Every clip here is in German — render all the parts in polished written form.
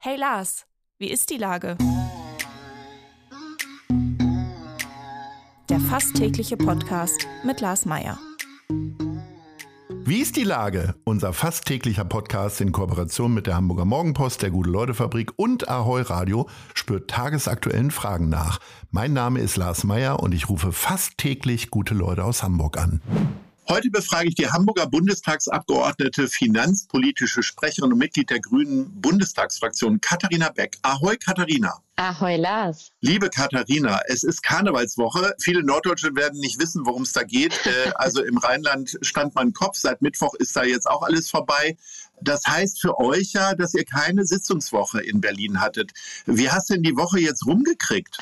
Hey Lars, wie ist die Lage? Der fast tägliche Podcast mit Lars Meyer. Wie ist die Lage? Unser fast täglicher Podcast in Kooperation mit der Hamburger Morgenpost, der Gute-Leute-Fabrik und Ahoi Radio spürt tagesaktuellen Fragen nach. Mein Name ist Lars Meyer und ich rufe fast täglich gute Leute aus Hamburg an. Heute befrage ich die Hamburger Bundestagsabgeordnete, finanzpolitische Sprecherin und Mitglied der Grünen Bundestagsfraktion Katharina Beck. Ahoi Katharina. Ahoi Lars. Liebe Katharina, es ist Karnevalswoche. Viele Norddeutsche werden nicht wissen, worum es da geht. Also im Rheinland stand man Kopf. Seit Mittwoch ist da jetzt auch alles vorbei. Das heißt für euch ja, dass ihr keine Sitzungswoche in Berlin hattet. Wie hast du denn die Woche jetzt rumgekriegt?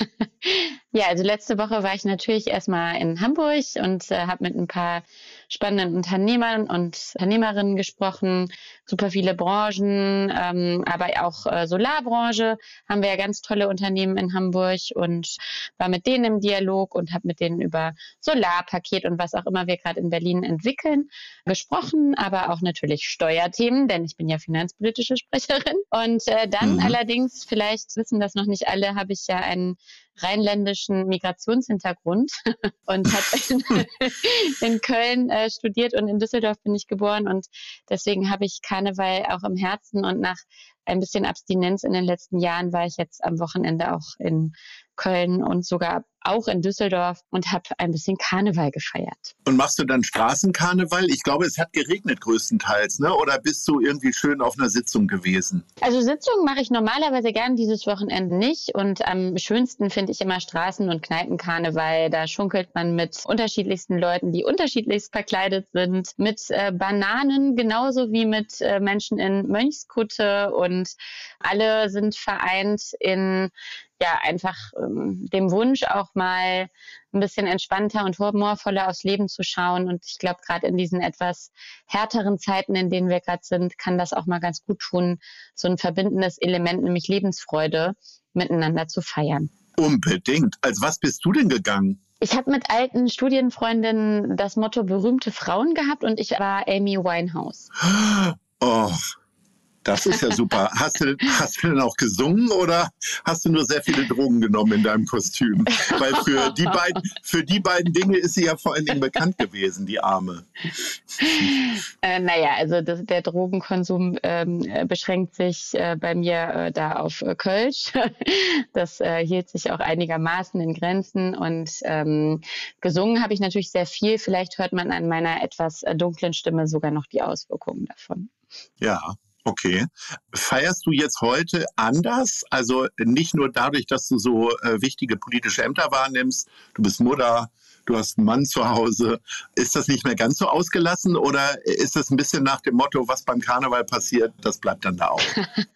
Ja, also letzte Woche war ich natürlich erstmal in Hamburg und habe mit ein paar spannenden Unternehmern und Unternehmerinnen gesprochen. Super viele Branchen, aber auch Solarbranche haben wir ja ganz tolle Unternehmen in Hamburg und war mit denen im Dialog und habe mit denen über Solarpaket und was auch immer wir gerade in Berlin entwickeln gesprochen, aber auch natürlich Steuerthemen, denn ich bin ja finanzpolitische Sprecherin. Und dann allerdings, vielleicht wissen das noch nicht alle, habe ich ja einen rheinländischen Migrationshintergrund und habe in Köln studiert und in Düsseldorf bin ich geboren und deswegen habe ich Karneval auch im Herzen und nach ein bisschen Abstinenz in den letzten Jahren war ich jetzt am Wochenende auch in Köln und sogar auch in Düsseldorf und habe ein bisschen Karneval gefeiert. Und machst du dann Straßenkarneval? Ich glaube, es hat geregnet größtenteils, ne? Oder bist du irgendwie schön auf einer Sitzung gewesen? Also Sitzungen mache ich normalerweise gern dieses Wochenende nicht und am schönsten finde ich immer Straßen- und Kneipenkarneval. Da schunkelt man mit unterschiedlichsten Leuten, die unterschiedlichst verkleidet sind, mit Bananen genauso wie mit Menschen in Mönchskutte und alle sind vereint in einfach dem Wunsch auch mal ein bisschen entspannter und humorvoller aufs Leben zu schauen. Und ich glaube, gerade in diesen etwas härteren Zeiten, in denen wir gerade sind, kann das auch mal ganz gut tun, so ein verbindendes Element, nämlich Lebensfreude, miteinander zu feiern. Unbedingt. Als was bist du denn gegangen? Ich habe mit alten Studienfreundinnen das Motto berühmte Frauen gehabt und ich war Amy Winehouse. Oh, das ist ja super. Hast du denn auch gesungen oder hast du nur sehr viele Drogen genommen in deinem Kostüm? Weil für die beiden Dinge ist sie ja vor allen Dingen bekannt gewesen, die Arme. Also der Drogenkonsum beschränkt sich bei mir da auf Kölsch. Das hielt sich auch einigermaßen in Grenzen und gesungen habe ich natürlich sehr viel. Vielleicht hört man an meiner etwas dunklen Stimme sogar noch die Auswirkungen davon. Ja. Okay. Feierst du jetzt heute anders? Also nicht nur dadurch, dass du so wichtige politische Ämter wahrnimmst, du bist Mutter, du hast einen Mann zu Hause. Ist das nicht mehr ganz so ausgelassen oder ist das ein bisschen nach dem Motto, was beim Karneval passiert, das bleibt dann da auch?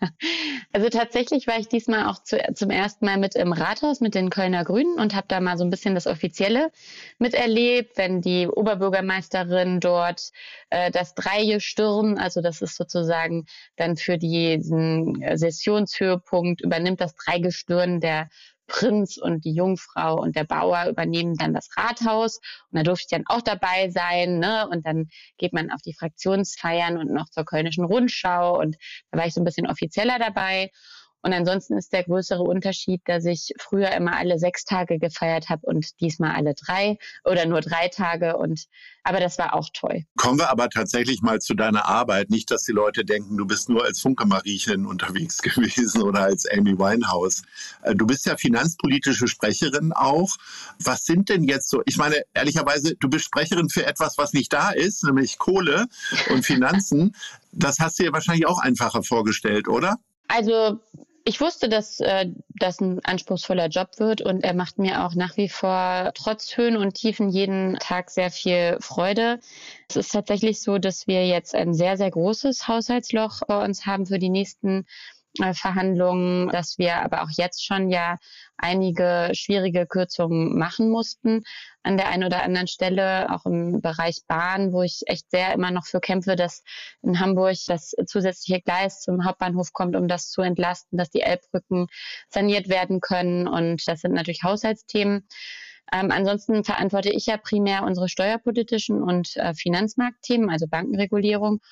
Also tatsächlich war ich diesmal auch zum ersten Mal mit im Rathaus mit den Kölner Grünen und habe da mal so ein bisschen das Offizielle miterlebt, wenn die Oberbürgermeisterin dort das Dreigestirn, also das ist sozusagen dann für diesen Sessionshöhepunkt, übernimmt das Dreigestirn der Prinz und die Jungfrau und der Bauer übernehmen dann das Rathaus und da durfte ich dann auch dabei sein, ne? Und dann geht man auf die Fraktionsfeiern und noch zur Kölnischen Rundschau und da war ich so ein bisschen offizieller dabei. Und ansonsten ist der größere Unterschied, dass ich früher immer alle 6 Tage gefeiert habe und diesmal alle 3 oder nur 3 Tage. Aber das war auch toll. Kommen wir aber tatsächlich mal zu deiner Arbeit. Nicht, dass die Leute denken, du bist nur als Funke-Mariechen unterwegs gewesen oder als Amy Winehouse. Du bist ja finanzpolitische Sprecherin auch. Was sind denn jetzt so, ich meine, ehrlicherweise, du bist Sprecherin für etwas, was nicht da ist, nämlich Kohle und Finanzen. Das hast du dir wahrscheinlich auch einfacher vorgestellt, oder? Also ich wusste, dass das ein anspruchsvoller Job wird und er macht mir auch nach wie vor trotz Höhen und Tiefen jeden Tag sehr viel Freude. Es ist tatsächlich so, dass wir jetzt ein sehr, sehr großes Haushaltsloch bei uns haben für die nächsten Verhandlungen, dass wir aber auch jetzt schon ja einige schwierige Kürzungen machen mussten an der einen oder anderen Stelle, auch im Bereich Bahn, wo ich echt sehr immer noch für kämpfe, dass in Hamburg das zusätzliche Gleis zum Hauptbahnhof kommt, um das zu entlasten, dass die Elbbrücken saniert werden können. Und das sind natürlich Haushaltsthemen. Ansonsten verantworte ich ja primär unsere steuerpolitischen und Finanzmarktthemen, also Bankenregulierung.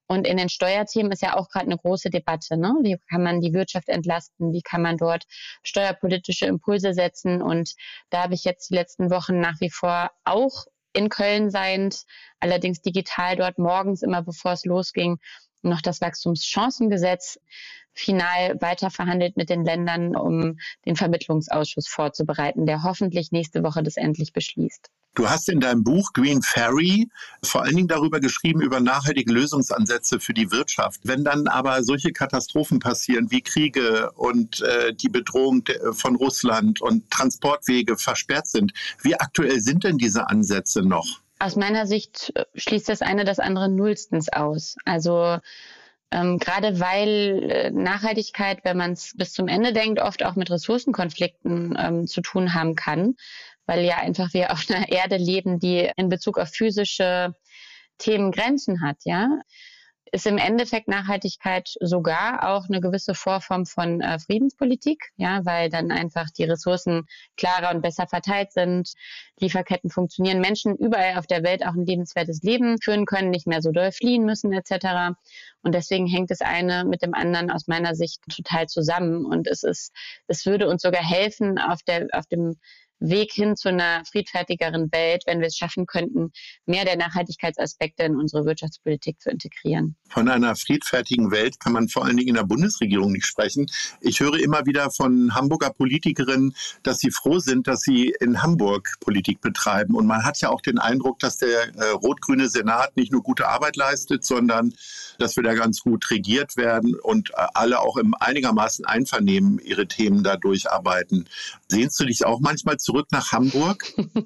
Und in den Steuerthemen ist ja auch gerade eine große Debatte, ne? Wie kann man die Wirtschaft entlasten? Wie kann man dort steuerpolitische Impulse setzen? Und da habe ich jetzt die letzten Wochen nach wie vor auch in Köln seiend, allerdings digital dort morgens immer, bevor es losging, noch das Wachstumschancengesetz final weiter verhandelt mit den Ländern, um den Vermittlungsausschuss vorzubereiten, der hoffentlich nächste Woche das endlich beschließt. Du hast in deinem Buch Green Ferry vor allen Dingen darüber geschrieben, über nachhaltige Lösungsansätze für die Wirtschaft. Wenn dann aber solche Katastrophen passieren wie Kriege und die Bedrohung von Russland und Transportwege versperrt sind, wie aktuell sind denn diese Ansätze noch? Aus meiner Sicht schließt das eine das andere nullstens aus. Also gerade weil Nachhaltigkeit, wenn man es bis zum Ende denkt, oft auch mit Ressourcenkonflikten zu tun haben kann, weil ja einfach wir auf einer Erde leben, die in Bezug auf physische Themen Grenzen hat, ja, ist im Endeffekt Nachhaltigkeit sogar auch eine gewisse Vorform von Friedenspolitik, ja, weil dann einfach die Ressourcen klarer und besser verteilt sind, Lieferketten funktionieren, Menschen überall auf der Welt auch ein lebenswertes Leben führen können, nicht mehr so doll fliehen müssen etc. Und deswegen hängt das eine mit dem anderen aus meiner Sicht total zusammen. Und es würde uns sogar helfen auf dem Weg hin zu einer friedfertigeren Welt, wenn wir es schaffen könnten, mehr der Nachhaltigkeitsaspekte in unsere Wirtschaftspolitik zu integrieren. Von einer friedfertigen Welt kann man vor allen Dingen in der Bundesregierung nicht sprechen. Ich höre immer wieder von Hamburger Politikerinnen, dass sie froh sind, dass sie in Hamburg Politik betreiben. Und man hat ja auch den Eindruck, dass der rot-grüne Senat nicht nur gute Arbeit leistet, sondern dass wir da ganz gut regiert werden und alle auch im einigermaßen Einvernehmen ihre Themen da durcharbeiten. Sehnst du dich auch manchmal zurück nach Hamburg?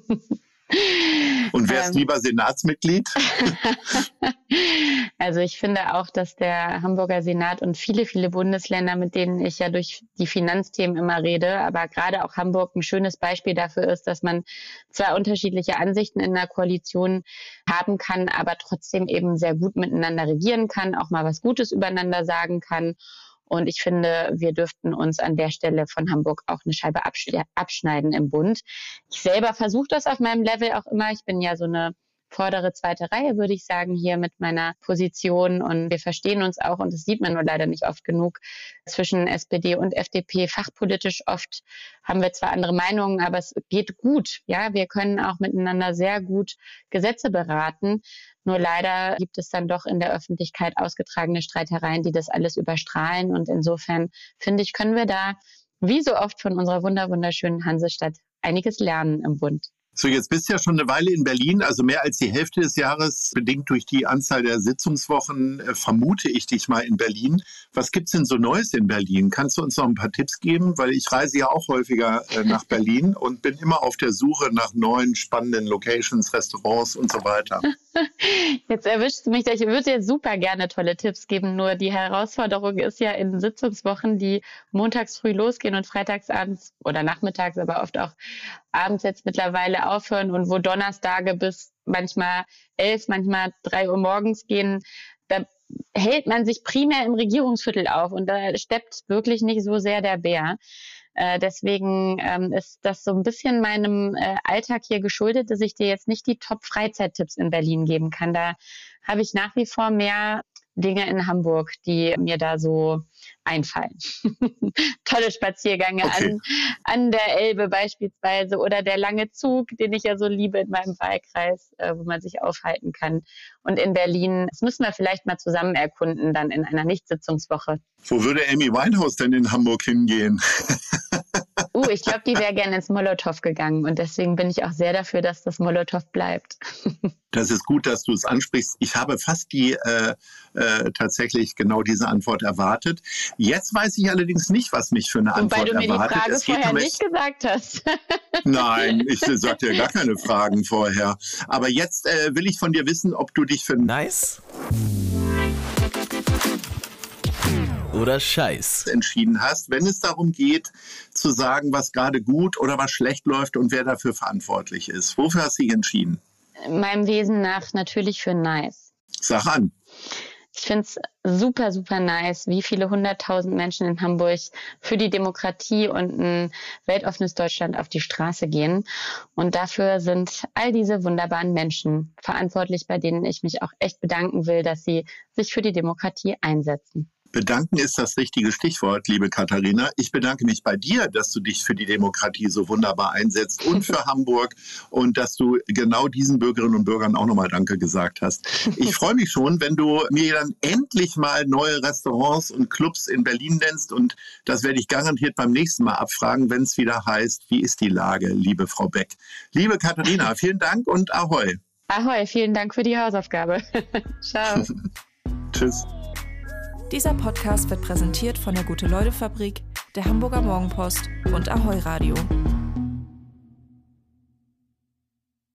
Und wärst lieber Senatsmitglied? Also ich finde auch, dass der Hamburger Senat und viele, viele Bundesländer, mit denen ich ja durch die Finanzthemen immer rede, aber gerade auch Hamburg ein schönes Beispiel dafür ist, dass man zwei unterschiedliche Ansichten in der Koalition haben kann, aber trotzdem eben sehr gut miteinander regieren kann, auch mal was Gutes übereinander sagen kann. Und ich finde, wir dürften uns an der Stelle von Hamburg auch eine Scheibe abschneiden im Bund. Ich selber versuche das auf meinem Level auch immer. Ich bin ja so eine vordere zweite Reihe, würde ich sagen, hier mit meiner Position. Und wir verstehen uns auch, und das sieht man nur leider nicht oft genug, zwischen SPD und FDP. Fachpolitisch oft haben wir zwar andere Meinungen, aber es geht gut. Ja, wir können auch miteinander sehr gut Gesetze beraten. Nur leider gibt es dann doch in der Öffentlichkeit ausgetragene Streitereien, die das alles überstrahlen. Und insofern, finde ich, können wir da, wie so oft von unserer wunderschönen Hansestadt, einiges lernen im Bund. So, jetzt bist du ja schon eine Weile in Berlin, also mehr als die Hälfte des Jahres, bedingt durch die Anzahl der Sitzungswochen, vermute ich dich mal in Berlin. Was gibt's denn so Neues in Berlin? Kannst du uns noch ein paar Tipps geben? Weil ich reise ja auch häufiger nach Berlin und bin immer auf der Suche nach neuen, spannenden Locations, Restaurants und so weiter. Jetzt erwischst du mich, ich würde dir super gerne tolle Tipps geben, nur die Herausforderung ist ja in Sitzungswochen, die montags früh losgehen und freitags abends oder nachmittags, aber oft auch abends jetzt mittlerweile aufhören und wo Donnerstage bis manchmal 11, manchmal 3 Uhr morgens gehen, da hält man sich primär im Regierungsviertel auf und da steppt wirklich nicht so sehr der Bär. Deswegen ist das so ein bisschen meinem Alltag hier geschuldet, dass ich dir jetzt nicht die Top-Freizeittipps in Berlin geben kann. Da habe ich nach wie vor mehr Dinge in Hamburg, die mir da so einfallen. Tolle Spaziergänge an der Elbe beispielsweise oder der lange Zug, den ich ja so liebe in meinem Wahlkreis, wo man sich aufhalten kann. Und in Berlin, das müssen wir vielleicht mal zusammen erkunden, dann in einer Nichtsitzungswoche. Wo würde Amy Winehouse denn in Hamburg hingehen? Ich glaube, die wäre gerne ins Molotow gegangen und deswegen bin ich auch sehr dafür, dass das Molotow bleibt. Das ist gut, dass du es ansprichst. Ich habe fast tatsächlich genau diese Antwort erwartet. Jetzt weiß ich allerdings nicht, was mich für eine Antwort erwartet. Wobei du mir die Frage vorher nicht gesagt hast. Nein, ich sagte ja gar keine Fragen vorher. Aber jetzt will ich von dir wissen, ob du dich für nice oder Scheiß entschieden hast, wenn es darum geht, zu sagen, was gerade gut oder was schlecht läuft und wer dafür verantwortlich ist. Wofür hast du dich entschieden? Meinem Wesen nach natürlich für nice. Sag an. Ich finde es super, super nice, wie viele 100.000 Menschen in Hamburg für die Demokratie und ein weltoffenes Deutschland auf die Straße gehen. Und dafür sind all diese wunderbaren Menschen verantwortlich, bei denen ich mich auch echt bedanken will, dass sie sich für die Demokratie einsetzen. Bedanken ist das richtige Stichwort, liebe Katharina. Ich bedanke mich bei dir, dass du dich für die Demokratie so wunderbar einsetzt und für Hamburg und dass du genau diesen Bürgerinnen und Bürgern auch nochmal Danke gesagt hast. Ich freue mich schon, wenn du mir dann endlich mal neue Restaurants und Clubs in Berlin nennst und das werde ich garantiert beim nächsten Mal abfragen, wenn es wieder heißt, wie ist die Lage, liebe Frau Beck. Liebe Katharina, vielen Dank und Ahoi. Ahoi, vielen Dank für die Hausaufgabe. Ciao. Tschüss. Dieser Podcast wird präsentiert von der Gute-Leute-Fabrik, der Hamburger Morgenpost und Ahoi Radio.